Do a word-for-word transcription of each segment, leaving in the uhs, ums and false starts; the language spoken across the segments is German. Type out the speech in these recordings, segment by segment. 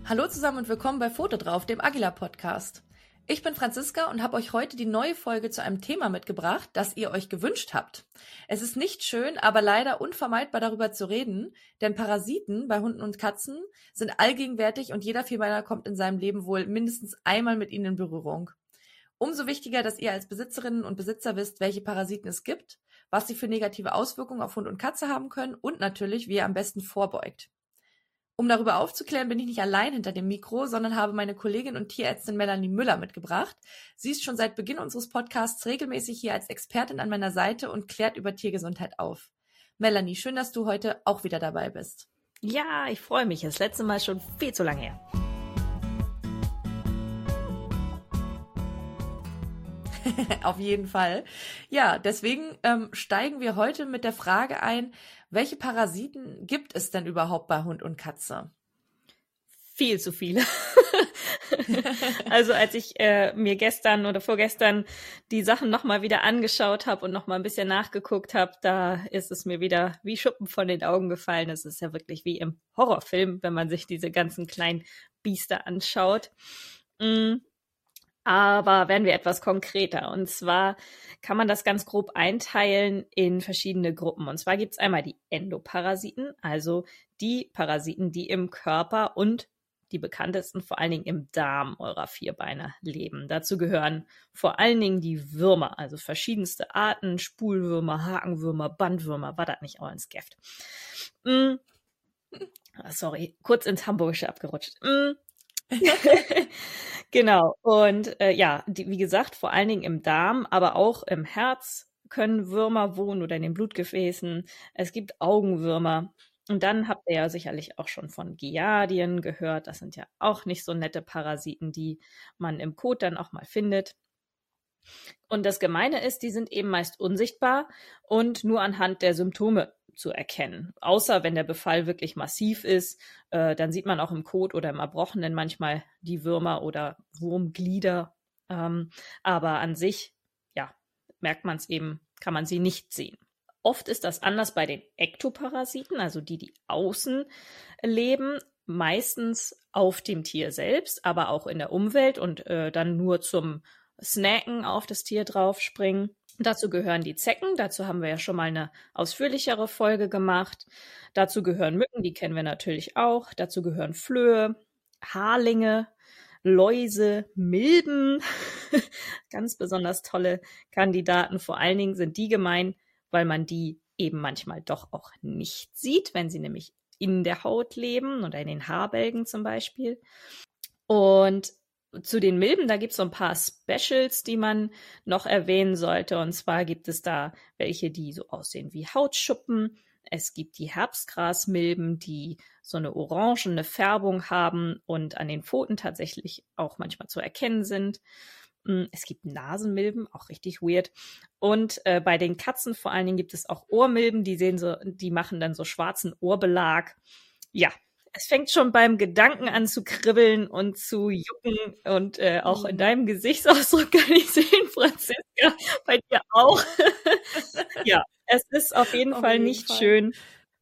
Hallo zusammen und willkommen bei Foto drauf, dem Agila Podcast. Ich bin Franziska und habe euch heute die neue Folge zu einem Thema mitgebracht, das ihr euch gewünscht habt. Es ist nicht schön, aber leider unvermeidbar darüber zu reden, denn Parasiten bei Hunden und Katzen sind allgegenwärtig und jeder Vierbeiner kommt in seinem Leben wohl mindestens einmal mit ihnen in Berührung. Umso wichtiger, dass ihr als Besitzerinnen und Besitzer wisst, welche Parasiten es gibt, was sie für negative Auswirkungen auf Hund und Katze haben können und natürlich, wie ihr am besten vorbeugt. Um darüber aufzuklären, bin ich nicht allein hinter dem Mikro, sondern habe meine Kollegin und Tierärztin Melanie Müller mitgebracht. Sie ist schon seit Beginn unseres Podcasts regelmäßig hier als Expertin an meiner Seite und klärt über Tiergesundheit auf. Melanie, schön, dass du heute auch wieder dabei bist. Ja, ich freue mich. Das letzte Mal schon viel zu lange her. Auf jeden Fall. Ja, deswegen ähm, steigen wir heute mit der Frage ein, welche Parasiten gibt es denn überhaupt bei Hund und Katze? Viel zu viele. Also als ich äh, mir gestern oder vorgestern die Sachen nochmal wieder angeschaut habe und nochmal ein bisschen nachgeguckt habe, da ist es mir wieder wie Schuppen von den Augen gefallen. Es ist ja wirklich wie im Horrorfilm, wenn man sich diese ganzen kleinen Biester anschaut. Mm. Aber werden wir etwas konkreter. Und zwar kann man das ganz grob einteilen in verschiedene Gruppen. Und zwar gibt es einmal die Endoparasiten, also die Parasiten, die im Körper und die bekanntesten vor allen Dingen im Darm eurer Vierbeiner leben. Dazu gehören vor allen Dingen die Würmer, also verschiedenste Arten, Spulwürmer, Hakenwürmer, Bandwürmer, war das nicht auch ins Gift. Mm. Sorry, kurz ins Hamburgische abgerutscht. Mm. Genau, und äh, ja, die, wie gesagt, vor allen Dingen im Darm, aber auch im Herz können Würmer wohnen oder in den Blutgefäßen. Es gibt Augenwürmer. Und dann habt ihr ja sicherlich auch schon von Giardien gehört. Das sind ja auch nicht so nette Parasiten, die man im Kot dann auch mal findet. Und das Gemeine ist, die sind eben meist unsichtbar und nur anhand der Symptome zu erkennen. Außer wenn der Befall wirklich massiv ist, äh, dann sieht man auch im Kot oder im Erbrochenen manchmal die Würmer oder Wurmglieder. Ähm, aber an sich, ja, merkt man es eben, kann man sie nicht sehen. Oft ist das anders bei den Ektoparasiten, also die, die außen leben, meistens auf dem Tier selbst, aber auch in der Umwelt und äh, dann nur zum Snacken auf das Tier draufspringen. Dazu gehören die Zecken, dazu haben wir ja schon mal eine ausführlichere Folge gemacht. Dazu gehören Mücken, die kennen wir natürlich auch. Dazu gehören Flöhe, Haarlinge, Läuse, Milben. Ganz besonders tolle Kandidaten. Vor allen Dingen sind die gemein, weil man die eben manchmal doch auch nicht sieht, wenn sie nämlich in der Haut leben oder in den Haarbälgen zum Beispiel. Und zu den Milben, da gibt es so ein paar Specials, die man noch erwähnen sollte. Und zwar gibt es da welche, die so aussehen wie Hautschuppen. Es gibt die Herbstgrasmilben, die so eine orangene Färbung haben und an den Pfoten tatsächlich auch manchmal zu erkennen sind. Es gibt Nasenmilben, auch richtig weird. Und äh, bei den Katzen vor allen Dingen gibt es auch Ohrmilben, die sehen so, die machen dann so schwarzen Ohrbelag. Ja. Es fängt schon beim Gedanken an zu kribbeln und zu jucken und äh, auch in deinem Gesichtsausdruck kann ich sehen, Franziska, bei dir auch. Ja, es ist auf jeden auf Fall jeden nicht Fall. schön.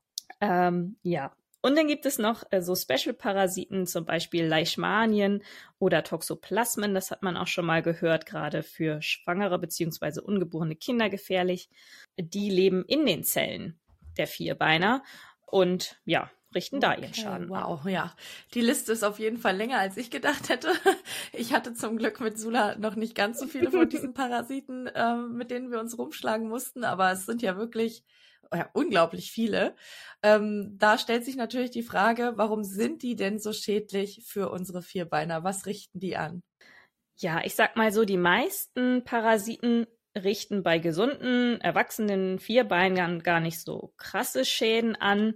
Ähm, ja, und dann gibt es noch äh, so Special-Parasiten, zum Beispiel Leishmanien oder Toxoplasmen. Das hat man auch schon mal gehört, gerade für schwangere bzw. ungeborene Kinder gefährlich. Die leben in den Zellen der Vierbeiner und ja, richten da okay, ihren Schaden wow, an. Ja. Die Liste ist auf jeden Fall länger, als ich gedacht hätte. Ich hatte zum Glück mit Sula noch nicht ganz so viele von diesen Parasiten, äh, mit denen wir uns rumschlagen mussten, aber es sind ja wirklich ja, unglaublich viele. Ähm, da stellt sich natürlich die Frage, warum sind die denn so schädlich für unsere Vierbeiner? Was richten die an? Ja, ich sag mal so, die meisten Parasiten richten bei gesunden, erwachsenen Vierbeinern gar nicht so krasse Schäden an.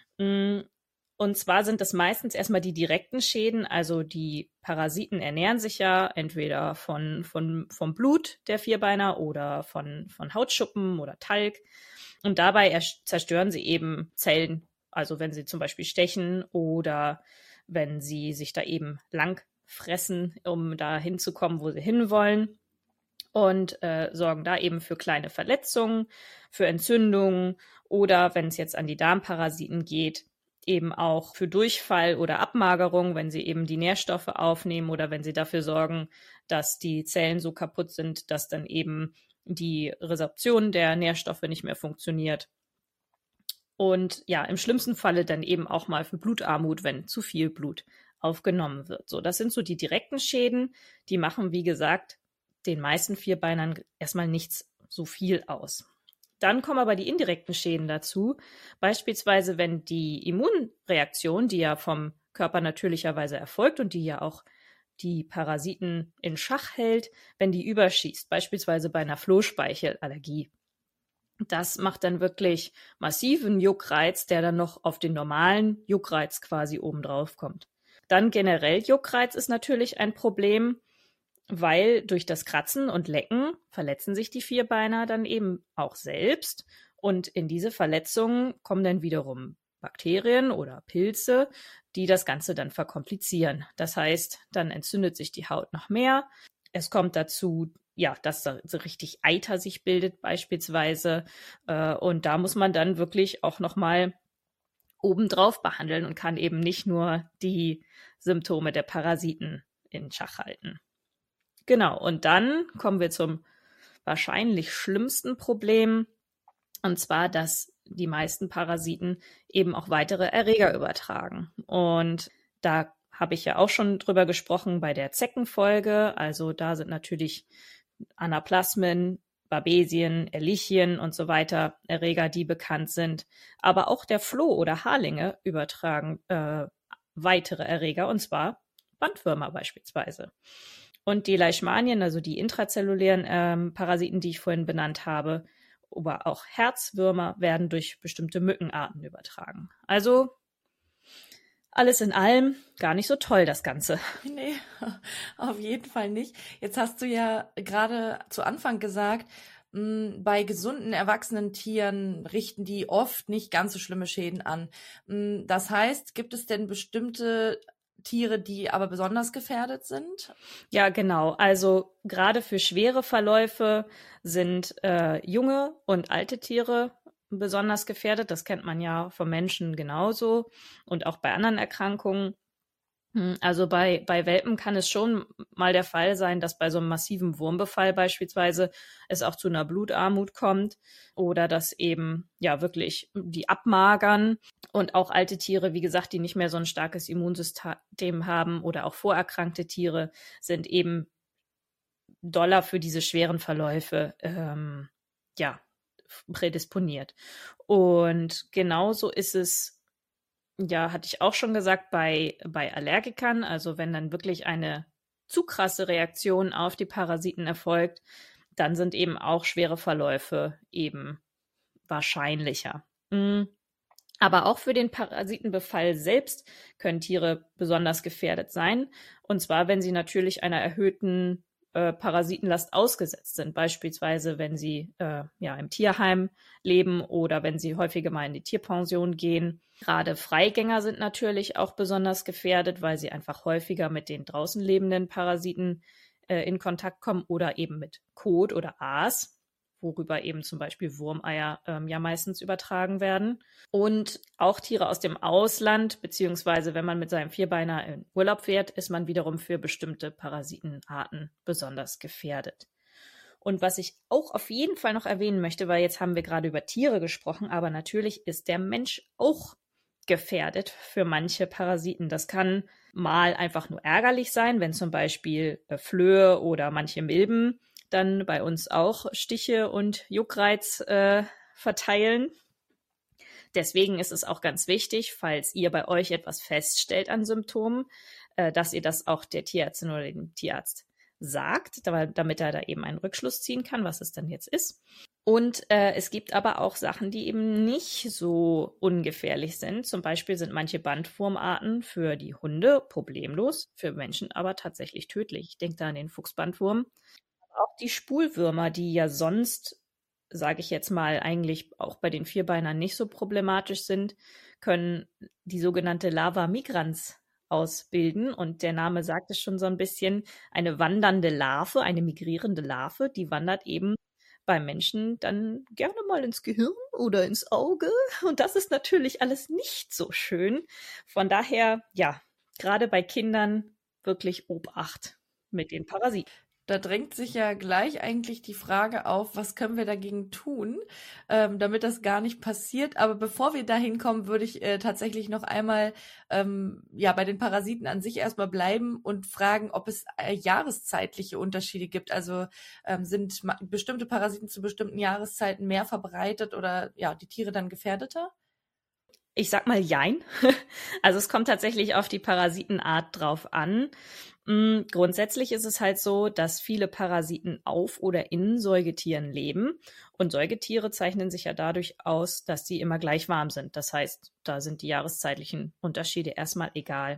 Und zwar sind es meistens erstmal die direkten Schäden, also die Parasiten ernähren sich ja entweder von, von, vom Blut der Vierbeiner oder von, von Hautschuppen oder Talg. Und dabei zerstören sie eben Zellen, also wenn sie zum Beispiel stechen oder wenn sie sich da eben lang fressen, um da hinzukommen, wo sie hinwollen. Und äh, sorgen da eben für kleine Verletzungen, für Entzündungen oder wenn es jetzt an die Darmparasiten geht, eben auch für Durchfall oder Abmagerung, wenn sie eben die Nährstoffe aufnehmen oder wenn sie dafür sorgen, dass die Zellen so kaputt sind, dass dann eben die Resorption der Nährstoffe nicht mehr funktioniert. Und ja, im schlimmsten Falle dann eben auch mal für Blutarmut, wenn zu viel Blut aufgenommen wird. So, das sind so die direkten Schäden. Die machen, wie gesagt, den meisten Vierbeinern erstmal nichts so viel aus. Dann kommen aber die indirekten Schäden dazu. Beispielsweise, wenn die Immunreaktion, die ja vom Körper natürlicherweise erfolgt und die ja auch die Parasiten in Schach hält, wenn die überschießt, beispielsweise bei einer Flohspeichelallergie. Das macht dann wirklich massiven Juckreiz, der dann noch auf den normalen Juckreiz quasi obendrauf kommt. Dann generell Juckreiz ist natürlich ein Problem, weil durch das Kratzen und Lecken verletzen sich die Vierbeiner dann eben auch selbst. Und in diese Verletzungen kommen dann wiederum Bakterien oder Pilze, die das Ganze dann verkomplizieren. Das heißt, dann entzündet sich die Haut noch mehr. Es kommt dazu, ja, dass da so richtig Eiter sich bildet beispielsweise. Und da muss man dann wirklich auch nochmal obendrauf behandeln und kann eben nicht nur die Symptome der Parasiten in Schach halten. Genau, und dann kommen wir zum wahrscheinlich schlimmsten Problem, und zwar, dass die meisten Parasiten eben auch weitere Erreger übertragen. Und da habe ich ja auch schon drüber gesprochen bei der Zeckenfolge. Also da sind natürlich Anaplasmen, Babesien, Ehrlichien und so weiter Erreger, die bekannt sind. Aber auch der Floh oder Haarlinge übertragen äh, weitere Erreger, und zwar Bandwürmer beispielsweise. Und die Leishmanien, also die intrazellulären ähm, Parasiten, die ich vorhin benannt habe, aber auch Herzwürmer werden durch bestimmte Mückenarten übertragen. Also alles in allem gar nicht so toll, das Ganze. Nee, auf jeden Fall nicht. Jetzt hast du ja gerade zu Anfang gesagt, mh, bei gesunden, erwachsenen Tieren richten die oft nicht ganz so schlimme Schäden an. Mh, das heißt, gibt es denn bestimmte Tiere, die aber besonders gefährdet sind? Ja, genau. Also gerade für schwere Verläufe sind äh, junge und alte Tiere besonders gefährdet. Das kennt man ja vom Menschen genauso und auch bei anderen Erkrankungen. Also bei, bei Welpen kann es schon mal der Fall sein, dass bei so einem massiven Wurmbefall beispielsweise es auch zu einer Blutarmut kommt oder dass eben ja wirklich die abmagern und auch alte Tiere, wie gesagt, die nicht mehr so ein starkes Immunsystem haben oder auch vorerkrankte Tiere sind eben doller für diese schweren Verläufe ähm, ja prädisponiert. Und genauso ist es, ja, hatte ich auch schon gesagt, bei, bei Allergikern, also wenn dann wirklich eine zu krasse Reaktion auf die Parasiten erfolgt, dann sind eben auch schwere Verläufe eben wahrscheinlicher. Aber auch für den Parasitenbefall selbst können Tiere besonders gefährdet sein. Und zwar, wenn sie natürlich einer erhöhten äh, Parasitenlast ausgesetzt sind. Beispielsweise, wenn sie äh, ja, im Tierheim leben oder wenn sie häufiger mal in die Tierpension gehen. Gerade Freigänger sind natürlich auch besonders gefährdet, weil sie einfach häufiger mit den draußen lebenden Parasiten äh, in Kontakt kommen oder eben mit Kot oder Aas, worüber eben zum Beispiel Wurmeier ähm, ja meistens übertragen werden. Und auch Tiere aus dem Ausland, beziehungsweise wenn man mit seinem Vierbeiner in Urlaub fährt, ist man wiederum für bestimmte Parasitenarten besonders gefährdet. Und was ich auch auf jeden Fall noch erwähnen möchte, weil jetzt haben wir gerade über Tiere gesprochen, aber natürlich ist der Mensch auch gefährdet für manche Parasiten. Das kann mal einfach nur ärgerlich sein, wenn zum Beispiel äh, Flöhe oder manche Milben dann bei uns auch Stiche und Juckreiz äh, verteilen. Deswegen ist es auch ganz wichtig, falls ihr bei euch etwas feststellt an Symptomen, äh, dass ihr das auch der Tierärztin oder dem Tierarzt sagt, damit er da eben einen Rückschluss ziehen kann, was es denn jetzt ist. Und äh, es gibt aber auch Sachen, die eben nicht so ungefährlich sind. Zum Beispiel sind manche Bandwurmarten für die Hunde problemlos, für Menschen aber tatsächlich tödlich. Ich denke da an den Fuchsbandwurm. Auch die Spulwürmer, die ja sonst, sage ich jetzt mal, eigentlich auch bei den Vierbeinern nicht so problematisch sind, können die sogenannte Larva migrans ausbilden. Und der Name sagt es schon so ein bisschen, eine wandernde Larve, eine migrierende Larve, die wandert eben beim Menschen dann gerne mal ins Gehirn oder ins Auge. Und das ist natürlich alles nicht so schön. Von daher, ja, gerade bei Kindern wirklich Obacht mit den Parasiten. Da drängt sich ja gleich eigentlich die Frage auf, was können wir dagegen tun, ähm, damit das gar nicht passiert. Aber bevor wir dahin kommen, würde ich äh, tatsächlich noch einmal ähm, ja bei den Parasiten an sich erstmal bleiben und fragen, ob es äh, jahreszeitliche Unterschiede gibt. Also ähm, sind ma- bestimmte Parasiten zu bestimmten Jahreszeiten mehr verbreitet oder ja die Tiere dann gefährdeter? Ich sag mal jein. Also es kommt tatsächlich auf die Parasitenart drauf an. Mm, Grundsätzlich ist es halt so, dass viele Parasiten auf oder in Säugetieren leben. Und Säugetiere zeichnen sich ja dadurch aus, dass sie immer gleich warm sind. Das heißt, da sind die jahreszeitlichen Unterschiede erstmal egal.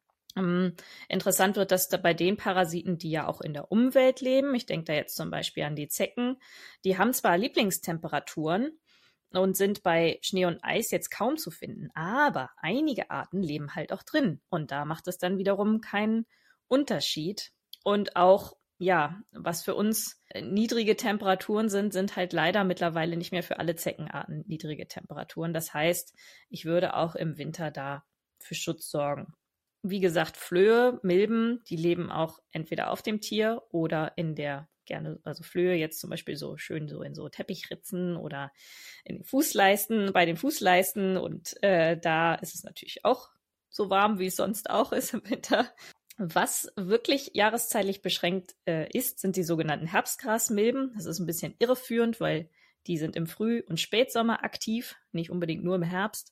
Mm, Interessant wird das da bei den Parasiten, die ja auch in der Umwelt leben. Ich denke da jetzt zum Beispiel an die Zecken. Die haben zwar Lieblingstemperaturen, und sind bei Schnee und Eis jetzt kaum zu finden. Aber einige Arten leben halt auch drin. Und da macht es dann wiederum keinen Unterschied. Und auch, ja, was für uns niedrige Temperaturen sind, sind halt leider mittlerweile nicht mehr für alle Zeckenarten niedrige Temperaturen. Das heißt, ich würde auch im Winter da für Schutz sorgen. Wie gesagt, Flöhe, Milben, die leben auch entweder auf dem Tier oder in der gerne, also Flöhe jetzt zum Beispiel so schön so in so Teppichritzen oder in den Fußleisten, bei den Fußleisten und äh, da ist es natürlich auch so warm, wie es sonst auch ist im Winter. Was wirklich jahreszeitlich beschränkt äh, ist, sind die sogenannten Herbstgrasmilben. Das ist ein bisschen irreführend, weil die sind im Früh- und Spätsommer aktiv, nicht unbedingt nur im Herbst.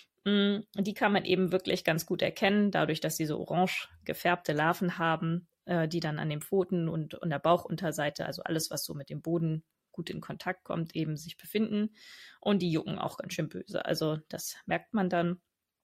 Mm, Die kann man eben wirklich ganz gut erkennen, dadurch, dass sie so orange gefärbte Larven haben, die dann an den Pfoten und an der Bauchunterseite, also alles, was so mit dem Boden gut in Kontakt kommt, eben sich befinden. Und die jucken auch ganz schön böse. Also das merkt man dann.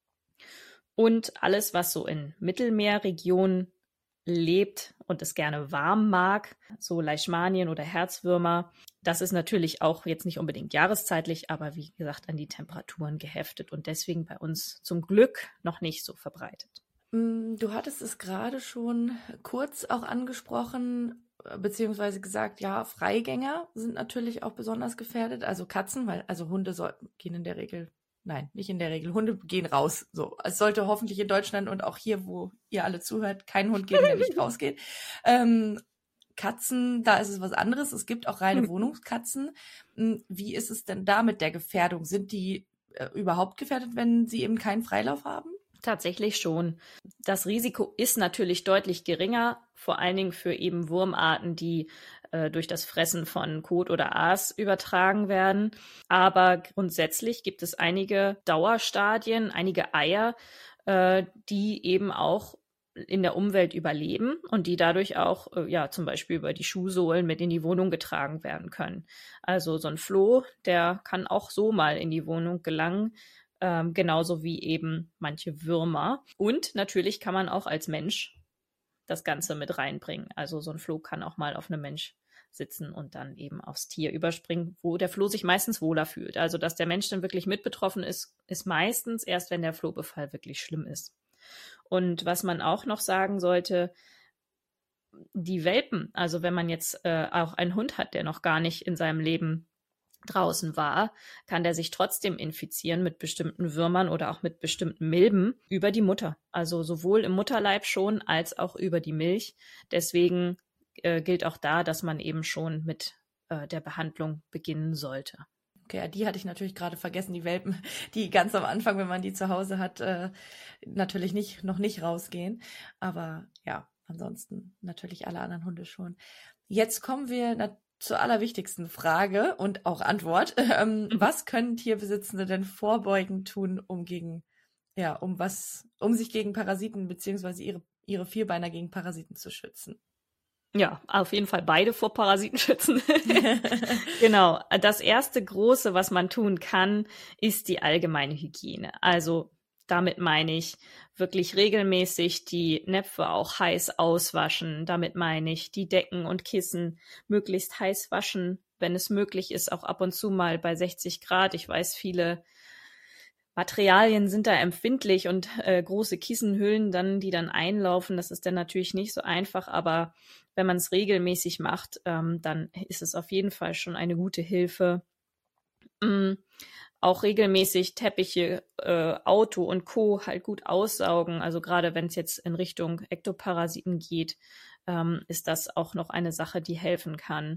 Und alles, was so in Mittelmeerregionen lebt und es gerne warm mag, so Leishmanien oder Herzwürmer, das ist natürlich auch jetzt nicht unbedingt jahreszeitlich, aber wie gesagt an die Temperaturen geheftet und deswegen bei uns zum Glück noch nicht so verbreitet. Du hattest es gerade schon kurz auch angesprochen, beziehungsweise gesagt, ja, Freigänger sind natürlich auch besonders gefährdet, also Katzen, weil also Hunde sollten, gehen in der Regel, nein, nicht in der Regel, Hunde gehen raus. So, es sollte hoffentlich in Deutschland und auch hier, wo ihr alle zuhört, kein Hund geben, der nicht rausgeht. Ähm, Katzen, da ist es was anderes. Es gibt auch reine Wohnungskatzen. Wie ist es denn da mit der Gefährdung? Sind die äh, überhaupt gefährdet, wenn sie eben keinen Freilauf haben? Tatsächlich schon. Das Risiko ist natürlich deutlich geringer, vor allen Dingen für eben Wurmarten, die äh, durch das Fressen von Kot oder Aas übertragen werden. Aber grundsätzlich gibt es einige Dauerstadien, einige Eier, äh, die eben auch in der Umwelt überleben und die dadurch auch äh, ja zum Beispiel über die Schuhsohlen mit in die Wohnung getragen werden können. Also so ein Floh, der kann auch so mal in die Wohnung gelangen, ähm, genauso wie eben manche Würmer. Und natürlich kann man auch als Mensch das Ganze mit reinbringen. Also so ein Floh kann auch mal auf einem Mensch sitzen und dann eben aufs Tier überspringen, wo der Floh sich meistens wohler fühlt. Also dass der Mensch dann wirklich mit betroffen ist, ist meistens erst, wenn der Flohbefall wirklich schlimm ist. Und was man auch noch sagen sollte, die Welpen, also wenn man jetzt äh, auch einen Hund hat, der noch gar nicht in seinem Leben draußen war, kann der sich trotzdem infizieren mit bestimmten Würmern oder auch mit bestimmten Milben über die Mutter. Also sowohl im Mutterleib schon als auch über die Milch. Deswegen äh, gilt auch da, dass man eben schon mit äh, der Behandlung beginnen sollte. Okay, die hatte ich natürlich gerade vergessen, die Welpen, die ganz am Anfang, wenn man die zu Hause hat, äh, natürlich nicht, noch nicht rausgehen. Aber ja, ansonsten natürlich alle anderen Hunde schon. Jetzt kommen wir na- zur allerwichtigsten Frage und auch Antwort. Ähm, was können Tierbesitzende denn vorbeugend tun, um gegen, ja, um was, um sich gegen Parasiten beziehungsweise ihre, ihre Vierbeiner gegen Parasiten zu schützen? Ja, auf jeden Fall beide vor Parasiten schützen. Genau. Das erste große, was man tun kann, ist die allgemeine Hygiene. Also damit meine ich wirklich regelmäßig die Näpfe auch heiß auswaschen. Damit meine ich die Decken und Kissen möglichst heiß waschen, wenn es möglich ist, auch ab und zu mal bei sechzig Grad. Ich weiß, viele Materialien sind da empfindlich und äh, große Kissenhüllen dann, die dann einlaufen, das ist dann natürlich nicht so einfach, aber wenn man es regelmäßig macht, ähm, dann ist es auf jeden Fall schon eine gute Hilfe. Mm, auch regelmäßig Teppiche, äh, Auto und Co. halt gut aussaugen, also gerade wenn es jetzt in Richtung Ektoparasiten geht, ähm, ist das auch noch eine Sache, die helfen kann.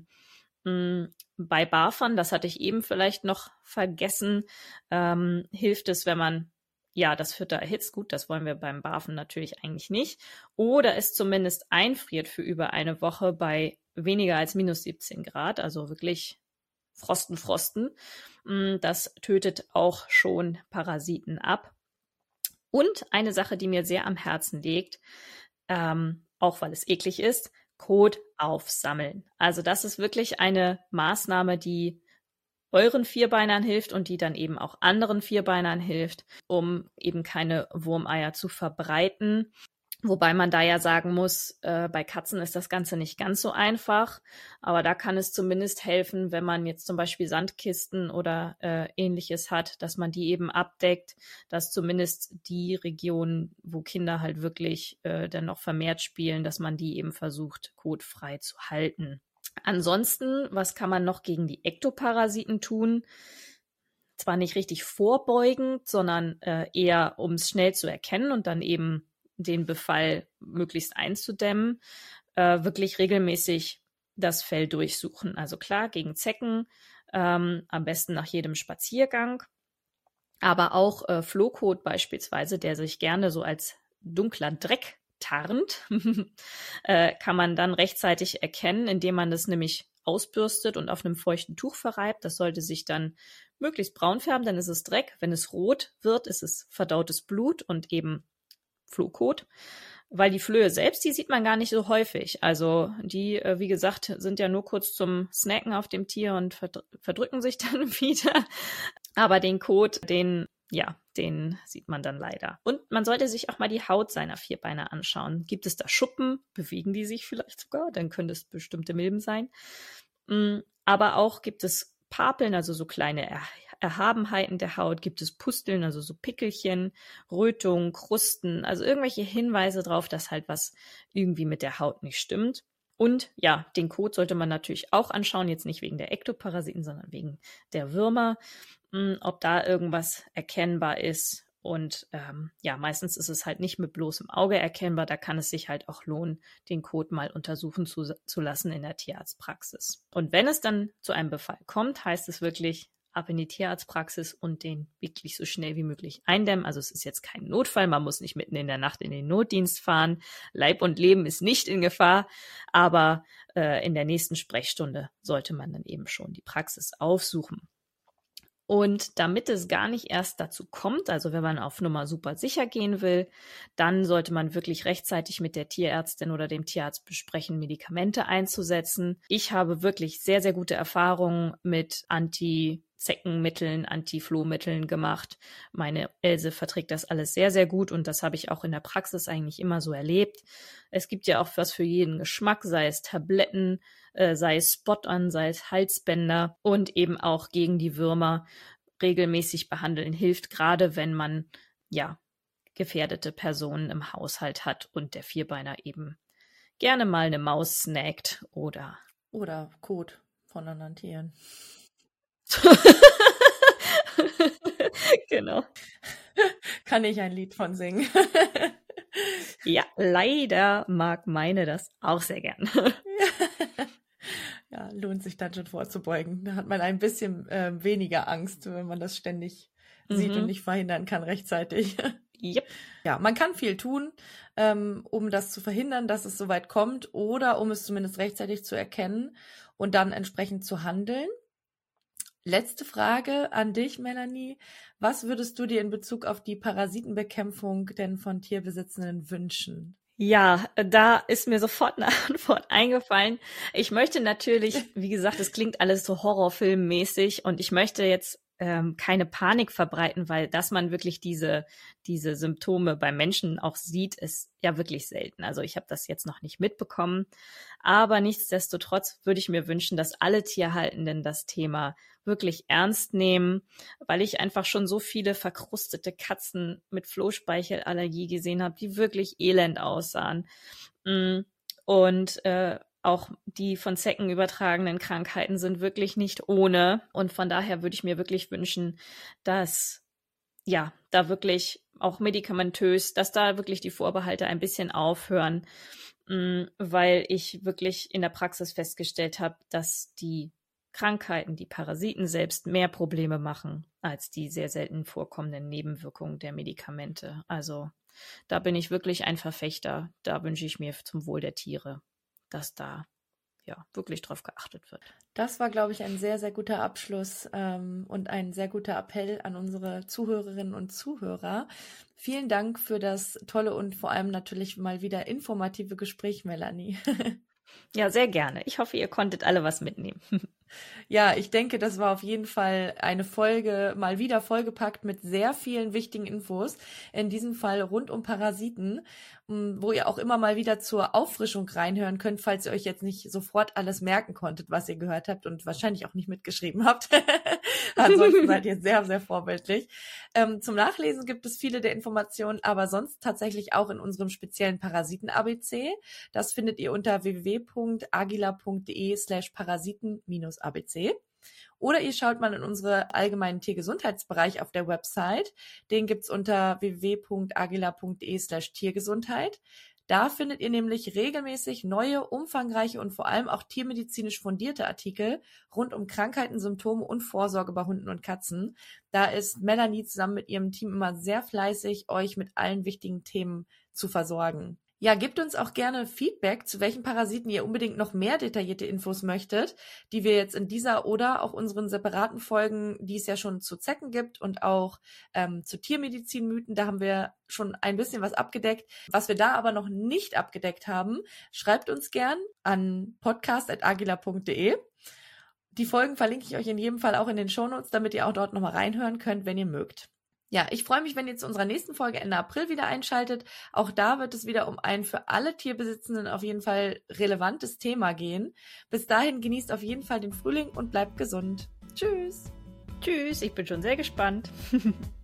Bei Barfern, das hatte ich eben vielleicht noch vergessen, ähm, hilft es, wenn man ja das Futter erhitzt. Gut, das wollen wir beim Barfen natürlich eigentlich nicht. Oder es zumindest einfriert für über eine Woche bei weniger als minus siebzehn Grad, also wirklich Frosten, Frosten. Das tötet auch schon Parasiten ab. Und eine Sache, die mir sehr am Herzen liegt, ähm, auch weil es eklig ist, Kot aufsammeln. Also das ist wirklich eine Maßnahme, die euren Vierbeinern hilft und die dann eben auch anderen Vierbeinern hilft, um eben keine Wurmeier zu verbreiten. Wobei man da ja sagen muss, äh, bei Katzen ist das Ganze nicht ganz so einfach, aber da kann es zumindest helfen, wenn man jetzt zum Beispiel Sandkisten oder äh, ähnliches hat, dass man die eben abdeckt, dass zumindest die Regionen, wo Kinder halt wirklich äh, dann noch vermehrt spielen, dass man die eben versucht, kotfrei zu halten. Ansonsten, was kann man noch gegen die Ektoparasiten tun? Zwar nicht richtig vorbeugend, sondern äh, eher, um es schnell zu erkennen und dann eben den Befall möglichst einzudämmen, äh, wirklich regelmäßig das Fell durchsuchen. Also klar, gegen Zecken, ähm, am besten nach jedem Spaziergang, aber auch äh, Flohkot beispielsweise, der sich gerne so als dunkler Dreck tarnt, äh, kann man dann rechtzeitig erkennen, indem man das nämlich ausbürstet und auf einem feuchten Tuch verreibt. Das sollte sich dann möglichst braun färben, dann ist es Dreck. Wenn es rot wird, ist es verdautes Blut und eben Flohkot, weil die Flöhe selbst, die sieht man gar nicht so häufig. Also die, äh, wie gesagt, sind ja nur kurz zum Snacken auf dem Tier und verdr- verdrücken sich dann wieder. Aber den Kot, den, ja, den sieht man dann leider. Und man sollte sich auch mal die Haut seiner Vierbeiner anschauen. Gibt es da Schuppen? Bewegen die sich vielleicht sogar? Dann können das bestimmte Milben sein. Aber auch gibt es Papeln, also so kleine Er- Erhabenheiten der Haut, gibt es Pusteln, also so Pickelchen, Rötungen, Krusten, also irgendwelche Hinweise darauf, dass halt was irgendwie mit der Haut nicht stimmt. Und ja, den Kot sollte man natürlich auch anschauen, jetzt nicht wegen der Ektoparasiten, sondern wegen der Würmer, mh, ob da irgendwas erkennbar ist. Und ähm, ja, meistens ist es halt nicht mit bloßem Auge erkennbar. Da kann es sich halt auch lohnen, den Kot mal untersuchen zu, zu lassen in der Tierarztpraxis. Und wenn es dann zu einem Befall kommt, heißt es wirklich ab in die Tierarztpraxis und den wirklich so schnell wie möglich eindämmen. Also es ist jetzt kein Notfall, man muss nicht mitten in der Nacht in den Notdienst fahren. Leib und Leben ist nicht in Gefahr, aber äh, in der nächsten Sprechstunde sollte man dann eben schon die Praxis aufsuchen. Und damit es gar nicht erst dazu kommt, also wenn man auf Nummer super sicher gehen will, dann sollte man wirklich rechtzeitig mit der Tierärztin oder dem Tierarzt besprechen, Medikamente einzusetzen. Ich habe wirklich sehr, sehr gute Erfahrungen mit Anti-Zeckenmitteln, Anti-Flohmitteln gemacht. Meine Else verträgt das alles sehr, sehr gut und das habe ich auch in der Praxis eigentlich immer so erlebt. Es gibt ja auch was für jeden Geschmack, sei es Tabletten, sei es Spot-on, sei es Halsbänder und eben auch gegen die Würmer regelmäßig behandeln hilft, gerade wenn man ja gefährdete Personen im Haushalt hat und der Vierbeiner eben gerne mal eine Maus snackt oder oder Kot von anderen Tieren. Genau. Kann ich ein Lied von singen. Ja, leider mag meine das auch sehr gern. Ja, lohnt sich dann schon vorzubeugen. Da hat man ein bisschen äh, weniger Angst, wenn man das ständig mhm. sieht und nicht verhindern kann rechtzeitig. Yep. Ja, man kann viel tun, ähm, um das zu verhindern, dass es soweit kommt oder um es zumindest rechtzeitig zu erkennen und dann entsprechend zu handeln. Letzte Frage an dich, Melanie. Was würdest du dir in Bezug auf die Parasitenbekämpfung denn von Tierbesitzenden wünschen? Ja, da ist mir sofort eine Antwort eingefallen. Ich möchte natürlich, wie gesagt, es klingt alles so horrorfilmmäßig und ich möchte jetzt ähm, keine Panik verbreiten, weil dass man wirklich diese, diese Symptome beim Menschen auch sieht, ist ja wirklich selten. Also ich habe das jetzt noch nicht mitbekommen. Aber nichtsdestotrotz würde ich mir wünschen, dass alle Tierhaltenden das Thema wirklich ernst nehmen, weil ich einfach schon so viele verkrustete Katzen mit Flohspeichelallergie gesehen habe, die wirklich elend aussahen. Und äh, auch die von Zecken übertragenen Krankheiten sind wirklich nicht ohne. Und von daher würde ich mir wirklich wünschen, dass ja da wirklich auch medikamentös, dass da wirklich die Vorbehalte ein bisschen aufhören, weil ich wirklich in der Praxis festgestellt habe, dass die Krankheiten, die Parasiten selbst mehr Probleme machen als die sehr selten vorkommenden Nebenwirkungen der Medikamente. Also da bin ich wirklich ein Verfechter. Da wünsche ich mir zum Wohl der Tiere, dass da ja wirklich drauf geachtet wird. Das war, glaube ich, ein sehr, sehr guter Abschluss ähm, und ein sehr guter Appell an unsere Zuhörerinnen und Zuhörer. Vielen Dank für das tolle und vor allem natürlich mal wieder informative Gespräch, Melanie. Ja, sehr gerne. Ich hoffe, ihr konntet alle was mitnehmen. Ja, ich denke, das war auf jeden Fall eine Folge, mal wieder vollgepackt mit sehr vielen wichtigen Infos. In diesem Fall rund um Parasiten, wo ihr auch immer mal wieder zur Auffrischung reinhören könnt, falls ihr euch jetzt nicht sofort alles merken konntet, was ihr gehört habt und wahrscheinlich auch nicht mitgeschrieben habt. Ansonsten seid ihr sehr, sehr vorbildlich. Ähm, zum Nachlesen gibt es viele der Informationen, aber sonst tatsächlich auch in unserem speziellen Parasiten-A B C. Das findet ihr unter w w w punkt agila punkt de slash parasiten minus A B C. Oder ihr schaut mal in unsere allgemeinen Tiergesundheitsbereich auf der Website. Den gibt's unter w w w punkt agila punkt de slash Tiergesundheit. Da findet ihr nämlich regelmäßig neue, umfangreiche und vor allem auch tiermedizinisch fundierte Artikel rund um Krankheiten, Symptome und Vorsorge bei Hunden und Katzen. Da ist Melanie zusammen mit ihrem Team immer sehr fleißig, euch mit allen wichtigen Themen zu versorgen. Ja, gebt uns auch gerne Feedback, zu welchen Parasiten ihr unbedingt noch mehr detaillierte Infos möchtet, die wir jetzt in dieser oder auch unseren separaten Folgen, die es ja schon zu Zecken gibt und auch ähm, zu Tiermedizinmythen, da haben wir schon ein bisschen was abgedeckt. Was wir da aber noch nicht abgedeckt haben, schreibt uns gern an podcast at agila punkt de. Die Folgen verlinke ich euch in jedem Fall auch in den Shownotes, damit ihr auch dort nochmal reinhören könnt, wenn ihr mögt. Ja, ich freue mich, wenn ihr zu unserer nächsten Folge Ende April wieder einschaltet. Auch da wird es wieder um ein für alle Tierbesitzenden auf jeden Fall relevantes Thema gehen. Bis dahin genießt auf jeden Fall den Frühling und bleibt gesund. Tschüss. Tschüss, ich bin schon sehr gespannt.